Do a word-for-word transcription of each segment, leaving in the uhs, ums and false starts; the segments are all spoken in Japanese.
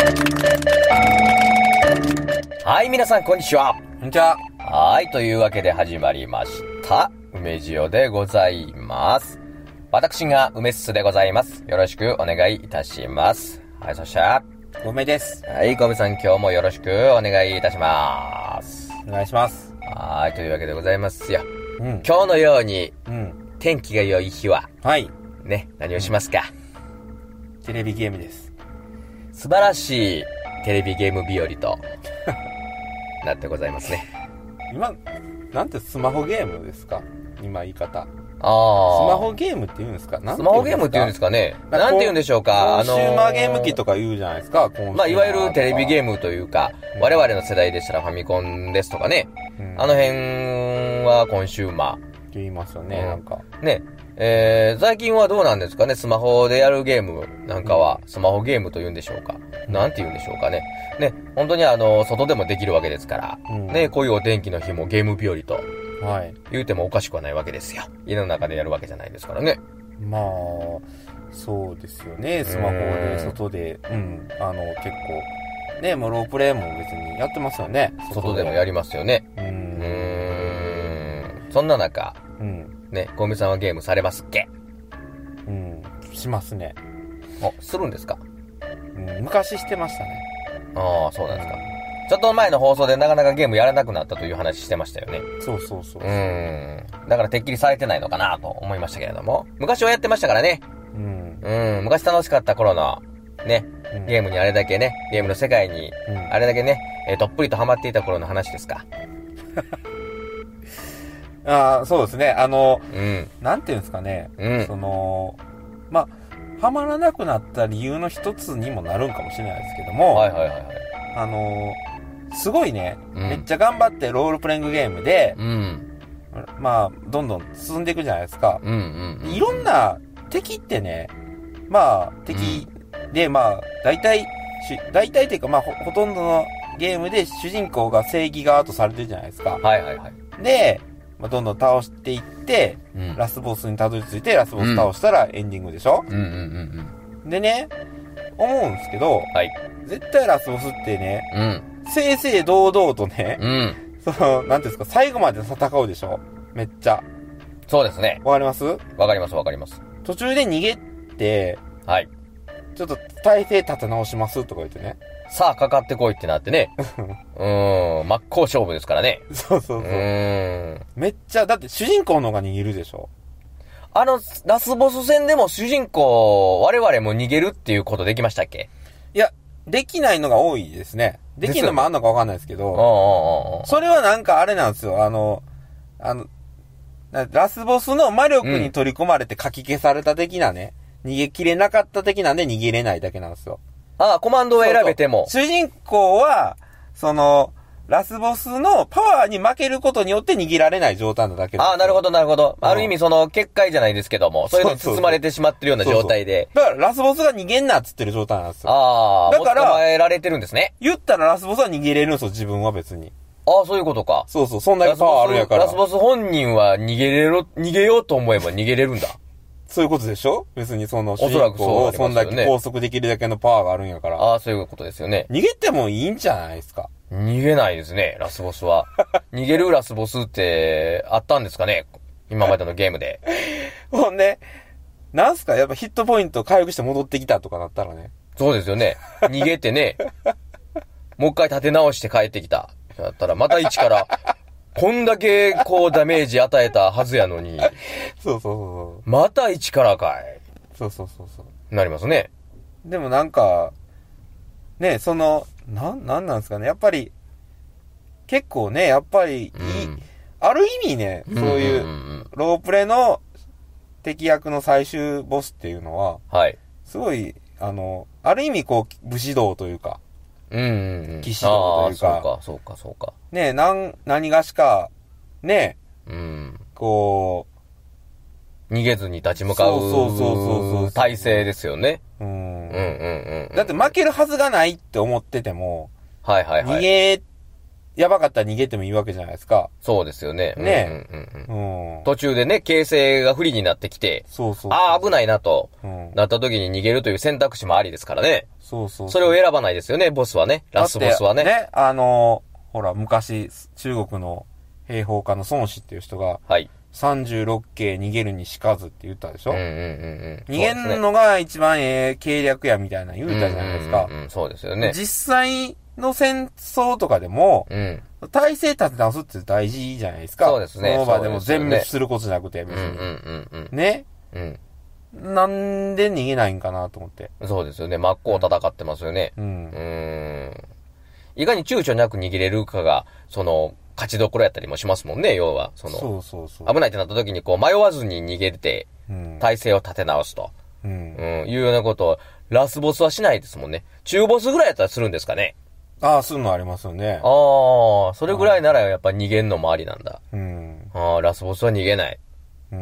はい、皆さんこんにちは。 こんにちは。 はい、というわけで始まりました。梅塩でございます。私が梅っすでございます。よろしくお願いいたします。はい、そして、 ごめです。 はい、ごめさん今日もよろしくお願いいたします。 お願いします。 はい、というわけでございますよ。 うん。 今日のように、 うん。 天気が良い日は、 はい。 ね、何をしますか？ テレビゲームです。 素晴らしいテレビゲーム日和となってございますね。 今、なんてスマホゲームですか？今言い方。 ああ。スマホゲームって言うんですか？なんてスマホゲームって言うんですかね。なんて言うんでしょうか。 コンシューマーゲーム機とか言うじゃないですか。コンまあ、いわゆるテレビゲームというか、 うん、 我々の世代でしたらファミコンですとかね。うん、あの辺はコンシューマー。 って言いますよね、うん、なんか。 ね。えー、最近はどうなんですかね。スマホでやるゲームなんかは、スマホゲームと言うんでしょうか。なんて言うんでしょうかね。ね、本当にあの、外でもできるわけですから、うん、ね、こういうお天気の日もゲーム日和と、はい。言うてもおかしくはないわけですよ。家の中でやるわけじゃないですからね。 まあ、そうですよね。スマホで、外で、うん、あの、結構、ね、もうロープレイも別にやってますよね。 外で、外でもやりますよね。うーん。うーん。そんな中、うん。ね、小梅さんはゲームされますっけ？ うん、しますね。 あ、するんですか？ うん、昔してましたね。 ああ、そうなんですか。ちょっと前の放送でなかなかゲームやらなくなったという話してましたよね。 そうそうそう。 うーん。だからてっきりされてないのかなと思いましたけれども。昔はやってましたからね。うん。うん。昔楽しかった頃の、ね、うん、ゲームにあれだけね、ゲームの世界に、あれだけね、えー、どっぷりとハマっていた頃の話ですか。 ああ、そうですね。あの、 うん、 なんていうんですかね。 うん、 その、まあ、ハマらなくなった理由の一つにもなるんかもしれないですけども、 はいはいはいはい。 あの、すごいね、うん、めっちゃ頑張ってロールプレイングゲームで、うん、まあ、どんどん進んでいくじゃないですか。うんうんうん、いろんな敵ってね、まあ、敵で、うん、まあ、大体、大体っていうか、まあほ、ほとんどのゲームで主人公が正義側とされてるじゃないですか。 はいはいはい。 で、まあ、どんどん倒していって、うん、ラスボスにたどり着いて、ラスボス倒したらエンディングでしょ、うん、うんうんうん。でね、思うんですけど、はい、絶対ラスボスってね、うん、正々堂々とね、うん、その、なんていうんですか、最後まで戦うでしょめっちゃ。 そうですね。 わかります？ わかりますわかります。 途中で逃げて、はい。ちょっと体勢立て直しますとか言ってね。 さあかかってこいってなってね。うーん、真っ向勝負ですからね。 そうそうそう。うーん。めっちゃ、だって主人公の方が逃げるでしょ。 あの、ラスボス戦でも主人公、我々も逃げるっていうことできましたっけ？ いや、できないのが多いですね。できるのもあんのかわかんないですけど、それはなんかあれなんですよ。あの、あの、ラスボスの魔力に取り込まれて書き消された的なね、うん、逃げきれなかった的なんで逃げれないだけなんですよ。 ああ、コマンドを選べても。 そうそう主人公は、その、ラスボスのパワーに負けることによって逃げられない状態なだけです。 ああ、なるほど、なるほど。ある意味、その、結界じゃないですけども、そういうのに包まれてしまってるような状態で。 そうそうそうだから、ラスボスが逃げんなっつってる状態なんですよ。 ああ、だから、捕まえられてるんですね。 言ったらラスボスは逃げれるんですよ、自分は別に。 ああ、そういうことか。 そうそう、そんなにパワーあるんやから。 ラスボス本人は逃げれろ、逃げようと思えば逃げれるんだ。 そういうことでしょ？別にその主人公をそんだけ拘束できるだけのパワーがあるんやから。 ああ、そういうことですよね。 逃げてもいいんじゃないですか。 逃げないですね、ラスボスは。逃げるラスボスってあったんですかね？今までのゲームで。 ほんで、なんすかやっぱヒットポイント回復して戻ってきたとかなったらね。 そうですよね。逃げてね、もう一回立て直して帰ってきた。だったらまた一から、こんだけこうダメージ与えたはずやのに。 そうそうそう。 また一からかい。 そうそうそうそう。 なりますね。 でもなんか、ね、その、なん、なんなんですかね。やっぱり、結構ね、やっぱりいい、うん、ある意味ね、そういうロープレの敵役の最終ボスっていうのは、はい。すごい、あの、ある意味こう、武士道というか、 うんうんうん。 騎士道というか。 そうか、そうか、そうか。 ね、なん、何がしか、ね、うん。こう、逃げずに立ち向かう。そうそうそうそう。体制ですよね。うん。うんうんうん。 だって負けるはずがないって思ってても、 はいはいはい。 逃げやばかったら逃げてもいいわけじゃないですか。 そうですよね。 ね、 うんうんうんうん、途中でね、形勢が不利になってきて、 そうそうそう、 ああ、危ないなと、うん、なった時に逃げるという選択肢もありですからね。 そうそうそう。 それを選ばないですよね、ボスはね。ラスボスはね。 ね、あのー、ほら、昔、中国の兵法家の孫子っていう人が、はい。さんじゅうろっけい逃げるにしかずって言ったでしょ。うんうんうんうん。逃げるのが一番ええ計略やみたいな言うたじゃないですか。 うんうんうん、そうですよね。 実際の戦争とかでも、うん、体制立て直すって大事じゃないですか。 そうですね。 その場でも全滅することじゃなくて、別に。うんうんうんうん、ね。うん。なんで逃げないんかなと思って。 そうですよね。真っ向戦ってますよね。うん。うーん。いかに躊躇なく逃げれるかが、その、勝ちどころやったりもしますもんね、要は。その、 そうそうそう。 危ないってなった時にこう迷わずに逃げて、うん、体勢を立て直すと。うん。うん。いうようなことを、ラスボスはしないですもんね。中ボスぐらいやったらするんですかね。 ああ、するのありますよね。 ああ、それぐらいならやっぱ逃げんのもありなんだ。うん。ああ、ラスボスは逃げない。 うん。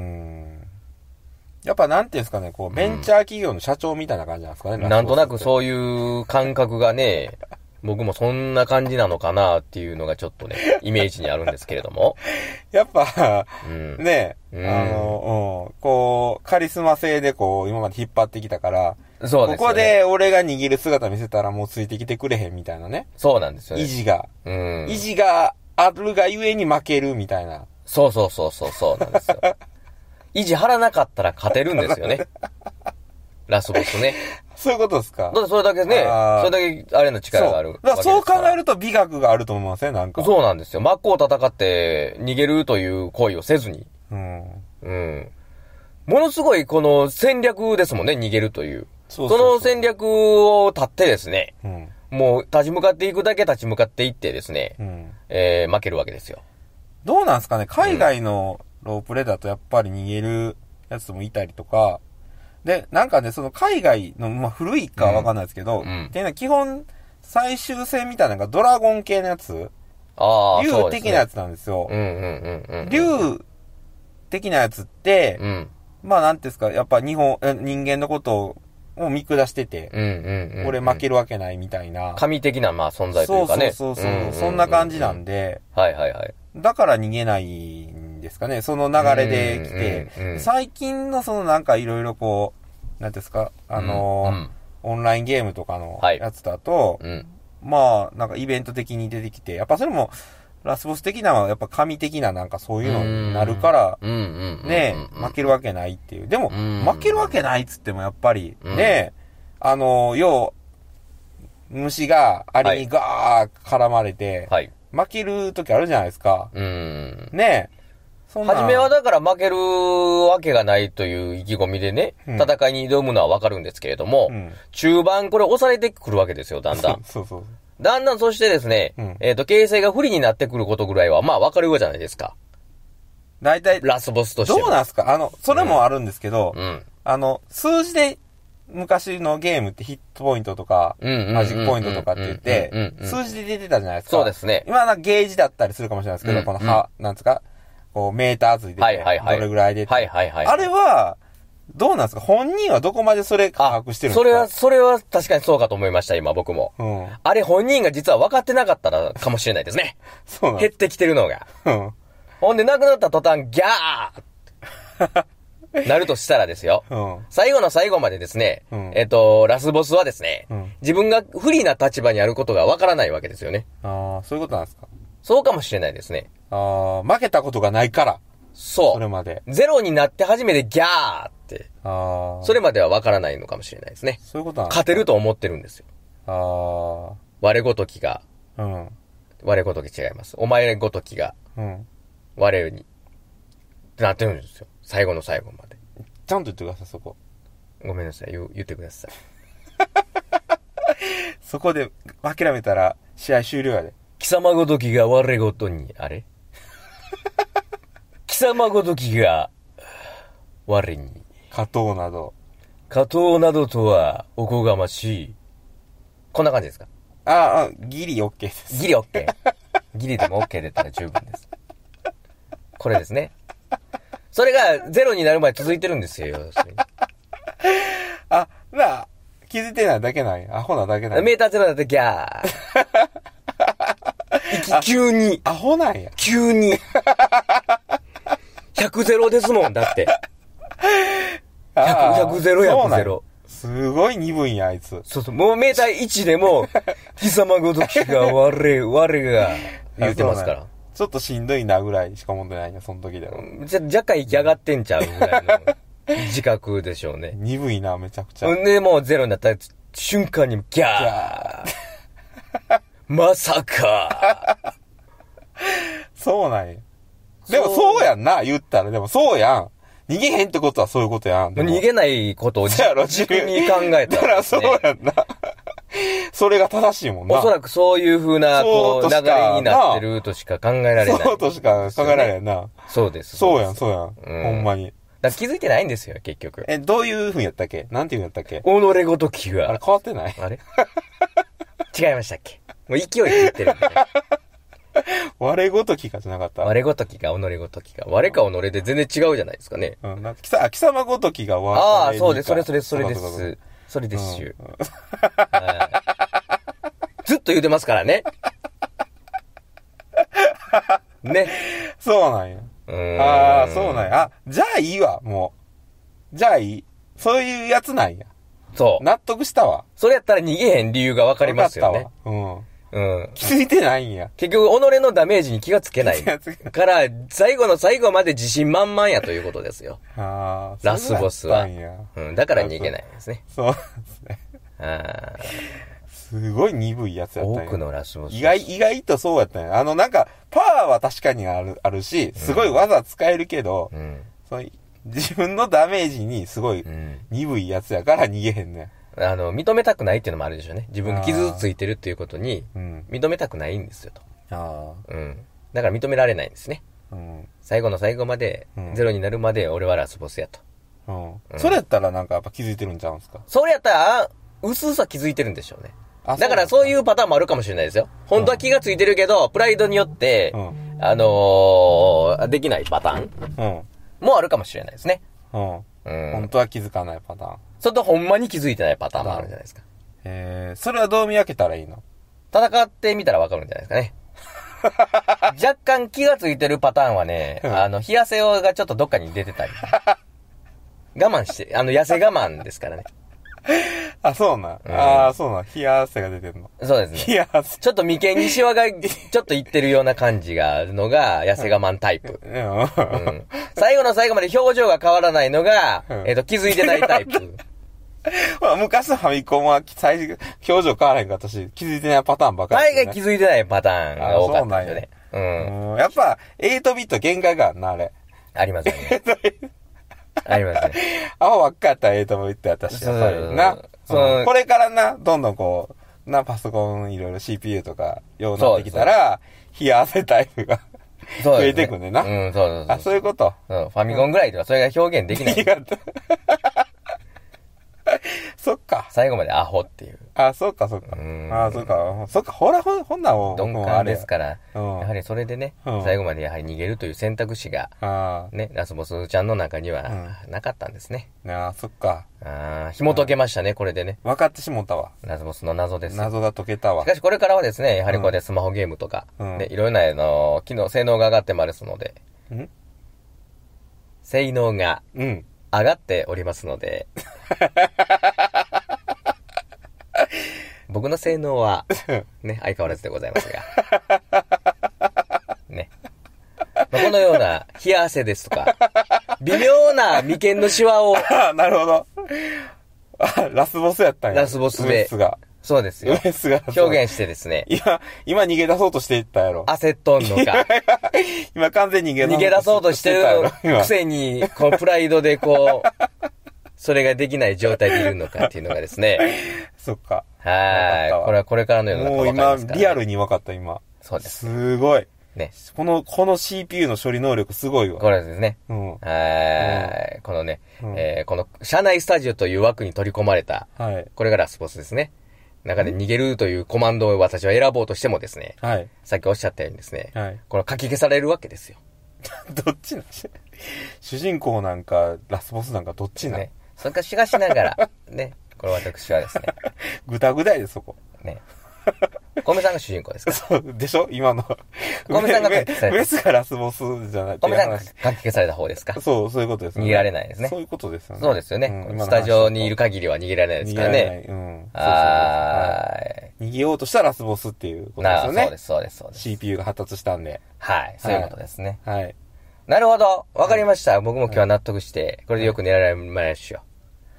やっぱなんていうんですかね、こう、ベンチャー企業の社長みたいな感じなんですかね、 うん、なんとなくそういう感覚がね、僕もそんな感じなのかなっていうのがちょっとね、イメージにあるんですけれども。 やっぱ、うん、ね、うん、あの、うん、こう、カリスマ性でこう、今まで引っ張ってきたから、そうですよね。ここで俺が握る姿見せたらもうついてきてくれへんみたいなね。 そうなんですよね。 意地が。うん。意地があるがゆえに負けるみたいな。 そうそうそうそう、そうなんですよ。意地張らなかったら勝てるんですよね。ラスボスね。 そういうことですか。 だってそれだけね、それだけあれの力がある。 そう。だからそう考えると美学があると思いません、なんか。 そうなんですよ。真っ向戦って逃げるという行為をせずに。うん。うん。ものすごいこの戦略ですもんね、逃げるという。そうそうそう。その戦略を立ってですね、うん、もう立ち向かっていくだけ立ち向かっていってですね、うん、えー、負けるわけですよ。 どうなんですかね、海外のロープレだとやっぱり逃げるやつもいたりとか、で、なんかね、その海外の、まあ、古いかわかんないですけど、うん、っていうのは基本、最終戦みたいなのがドラゴン系のやつ、あ竜的なやつなんですよ。竜的なやつって、うん、まあなんていうんですか、やっぱ日本、人間のことを見下してて、うんうんうんうん、俺負けるわけないみたいな。 神的なまあ存在というかね。 そうそうそうそう、うんうんうん、そんな感じなんで、 はいはいはい。 だから逃げないんですかね、その流れで来て、うんうんうん、最近のそのなんかいろいろこう、なんですか、あのーうんうん、オンラインゲームとかのやつだと、はいうん、まあなんかイベント的に出てきて、やっぱそれも、ラスボス的なのはやっぱ神的ななんかそういうのになるから、ね、負けるわけないっていう。でも、負けるわけないっつってもやっぱり、ね、あの、要、虫がアリにガー絡まれて、はい、負ける時あるじゃないですか。ねそんな。初めはだから負けるわけがないという意気込みでね、うん、戦いに挑むのはわかるんですけれども、うん、中盤これ押されてくるわけですよ、だんだん。そうそうそう。だんだんそしてですね、うん、えっ、ー、と、形勢が不利になってくることぐらいは、まあ分かるようじゃないですか。 大体、 ラスボスとしてどうなんすかあの、それもあるんですけど、うん、あの、数字で、昔のゲームってヒットポイントとか、マジックポイントとかって言って、数字で出てたじゃないですか。 そうですね。 今はゲージだったりするかもしれないですけど、うん、この、は、なんですかこう、メーター図で出て、はいはいはい、どれぐらい出て、はいはいはい、あれは、どうなんですか本人はどこまでそれ把握してるんですか？ それは、それは確かにそうかと思いました、今僕も。うん、あれ本人が実は分かってなかったらかもしれないですね。そうなんです。減ってきてるのが。うん、ほんで、亡くなった途端、ギャーなるとしたらですよ。うん、最後の最後までですね、うん、えっと、ラスボスはですね、うん、自分が不利な立場にあることが分からないわけですよね。 ああ、そういうことなんですか？ そうかもしれないですね。 ああ、負けたことがないから。 そう。 それまで。 ゼロになって初めてギャーって。ああ。それまでは分からないのかもしれないですね。 そういうことなんですか？ 勝てると思ってるんですよ。ああ。我ごときが。うん。我ごとき違います。お前ごときが。うん。我に。ってなってるんですよ。最後の最後まで。 ちゃんと言ってください、そこ。 ごめんなさい。言, 言ってください。 そこで諦めたら試合終了やで。 貴様ごときが我ごとに、あれ貴様ごときが我に。 加藤など。 加藤などとはおこがましい。こんな感じですか？ ああ、ギリ OK です。 ギリ OK。ギリでも OK 出たら十分です。これですね。それがゼロになるまで続いてるんですよ。 あ、なあ、気づいてないだけない。アホなだけない。 メーターゼロだとギャー。 息急に。 アホなんや。 急に。ひゃくゼロですもん、だって。ひゃく、ひゃくゼロ、ひゃくゼロ。 すごい鈍いんや、あいつ。 そうそう、もうメーターいちでも、貴様ごときが我、我が、言ってますから。 ちょっとしんどいなぐらいしか思ってないんや、その時では。 じゃ、若干息上がってんちゃうぐらいの自覚でしょうね。 鈍いな、めちゃくちゃ。 で、もうゼロになった瞬間に、ギャーまさかそうなんや。でもそうやんな、言ったら。でもそうやん。逃げへんってことはそういうことやん。 逃げないことを自分に考えたら、ね。だからそうやんな。それが正しいもんな。 おそらくそういう風な、こう、流れになってるとしか考えられない、 そうとしか考えられないな。 そうです。 そうやん、そうやん。うん、ほんまに。 だ気づいてないんですよ、結局。 え、どういう風やったっけ？なんていうんやったっけ？ 己ごときが。 あれ変わってない？ あれ違いましたっけ？もう勢いで言ってるんで、ね。 我ごときかじゃなかった。 我ごときが己ごときが。我か己で全然違うじゃないですかね。 うん。なんか、貴様、貴様ごときが我。 ああ、そうです。それそれそれです。それですしゅ。うん、ずっと言うてますからね。ね。 そうなんや。ああ、そうなんや。あ、じゃあいいわ、もう。じゃあいい。そういうやつなんや。 そう。 納得したわ。 それやったら逃げへん理由がわかりますよね。 うん。 うん。 気づいてないんや。 結局、己のダメージに気がつけない。から、最後の最後まで自信満々やということですよ。 ああ、 ラスボスは。うん。だから逃げないんですね。 そうですね。ああ。すごい鈍いやつやったんや。 多くのラスボス。 意外、意外とそうやったんや。あの、なんか、パワーは確かにある、あるし、すごい技使えるけど、うん、その自分のダメージにすごい鈍いやつやから逃げへんねん。 あの、認めたくないっていうのもあるでしょうね。自分が傷ついてるっていうことに、認めたくないんですよと。あうん。だから認められないんですね。うん、最後の最後まで、ゼロになるまで俺はラスボスやと。 うんうん、それやったらなんかやっぱ気づいてるんちゃうんすか？ それやったら、うすうさ気づいてるんでしょうね。だからそういうパターンもあるかもしれないですよ。本当は気がついてるけど、プライドによって、うん、あのー、できないパターン、うん、もあるかもしれないですね。 うんうん、本当は気づかないパターン。 それとほんまに気づいてないパターンもあるんじゃないですか。 へえ、それはどう見分けたらいいの？ 戦ってみたらわかるんじゃないですかね。若干気がついてるパターンはね、あの、冷やせがちょっとどっかに出てたり。我慢して、あの、痩せ我慢ですからね。 あ、そうな。うん、ああ、そうな。冷や汗が出てるの。 そうですね。 冷や汗。 ちょっと眉間にシワがちょっといってるような感じがあるのが、痩せ我慢タイプ。うん、最後の最後まで表情が変わらないのが、うん、えっと、気づいてないタイプ。 まあ、昔のファミコンは最初、表情変わらへんかったし、気づいてないパターンばかり、 ね。大概気づいてないパターンが多かったんですよね。 うん。やっぱ、エイトビット限界があるな、あれ。 ありますよね。ありますね。 アホばっかやったらエイトビットやったし、やっぱりな。そう。これからな、どんどんこう、な、パソコンいろいろ シーピーユー とか、ようなってきたら、冷や汗タイプが増えてくんねんな。うん、そうそうそう。あ、そういうこと。 うん、ファミコンぐらいではそれが表現できない。 そっか。 最後までアホっていう。 あ、そっかそっか。あ、そっか。そっか、ほら、ほ、ほんなもん。 鈍感ですから、やはりそれでね、最後までやはり逃げるという選択肢が、ね、ラスボスちゃんの中にはなかったんですね。 あ、そっか。 あ、紐解けましたね、これでね。 分かってしもったわ。 ラスボスの謎です。 謎が解けたわ。 しかしこれからはですね、やはりこれでスマホゲームとか、ね、いろいろな、あの、機能、性能が上がってますので、性能が、うん。上がっておりますので、僕の性能は、ね、相変わらずでございますが、ね。まあ、このような、冷や汗ですとか、微妙な眉間のシワを、 なるほど。ラスボスやったんや。 ラスボスで。そうですよ。表現してですね。 今、今逃げ出そうとしていったやろ。 焦っとんのか。 今完全に逃げ逃げ出そうとしてるくせに、こう、プライドでこう、それができない状態でいるのかっていうのがですね。 そっか。 はい。これはこれからのようなもう今、リアルに分かった、今。 そうです。 すごい。ね。この、この シーピーユー の処理能力すごいわ。 これですね。うん。はい。このね、えこの、社内スタジオという枠に取り込まれた、はい。これがラスボスですね。中で逃げるというコマンドを私は選ぼうとしてもですね。はい。さっきおっしゃったようにですね。はい。これ書き消されるわけですよ。 どっちなん主人公なんか、ラスボスなんかどっちなんね。 それかしかしながら、ね。これ私はですね。 ぐだぐだいでそこ。 ね。こコメさんが主人公ですか？ そうでしょ今の。 コメさんが書き消された。 メスがラスボスじゃない。 コメさんが書き消された方ですか？ そう、そういうことですね。 逃げられないですね。 そういうことですよね。 そうですよね。うん、スタジオにいる限りは逃げられないですからね。逃げられない。うん。 あー。逃げようとしたラスボスっていうことですよね。 そうです、そうです、そうです。 シーピーユー が発達したんで。 はい、そういうことですね。 はい。 なるほど。わかりました。僕も今日は納得して、これでよく寝られましょう。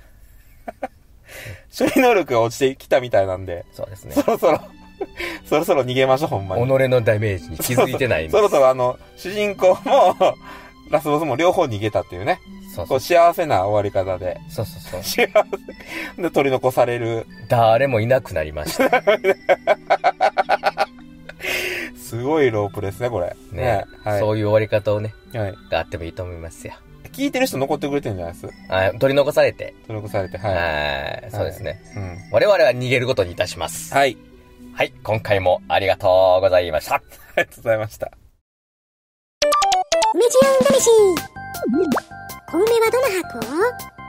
処理能力が落ちてきたみたいなんで。 そうですね。 そろそろ、そろそろ逃げましょう、ほんまに。 己のダメージに気づいてないんです。 そろそろあの、主人公も、ラスボスも両方逃げたっていうね。そうそう。こう幸せな終わり方で。 そうそうそう。 幸せ。で、取り残される。 誰もいなくなりました。 すごいロープですね、これ。 ね、ね、はい。そういう終わり方をね、はい。があってもいいと思いますよ。 聞いてる人残ってくれてるんじゃないですか？ はい。取り残されて。 取り残されて、はい。 はい。そうですね。うん。我々は逃げることにいたします。 はい。 はい。今回もありがとうございました。ありがとうございました。 梅ジオン試し。小梅はどの箱？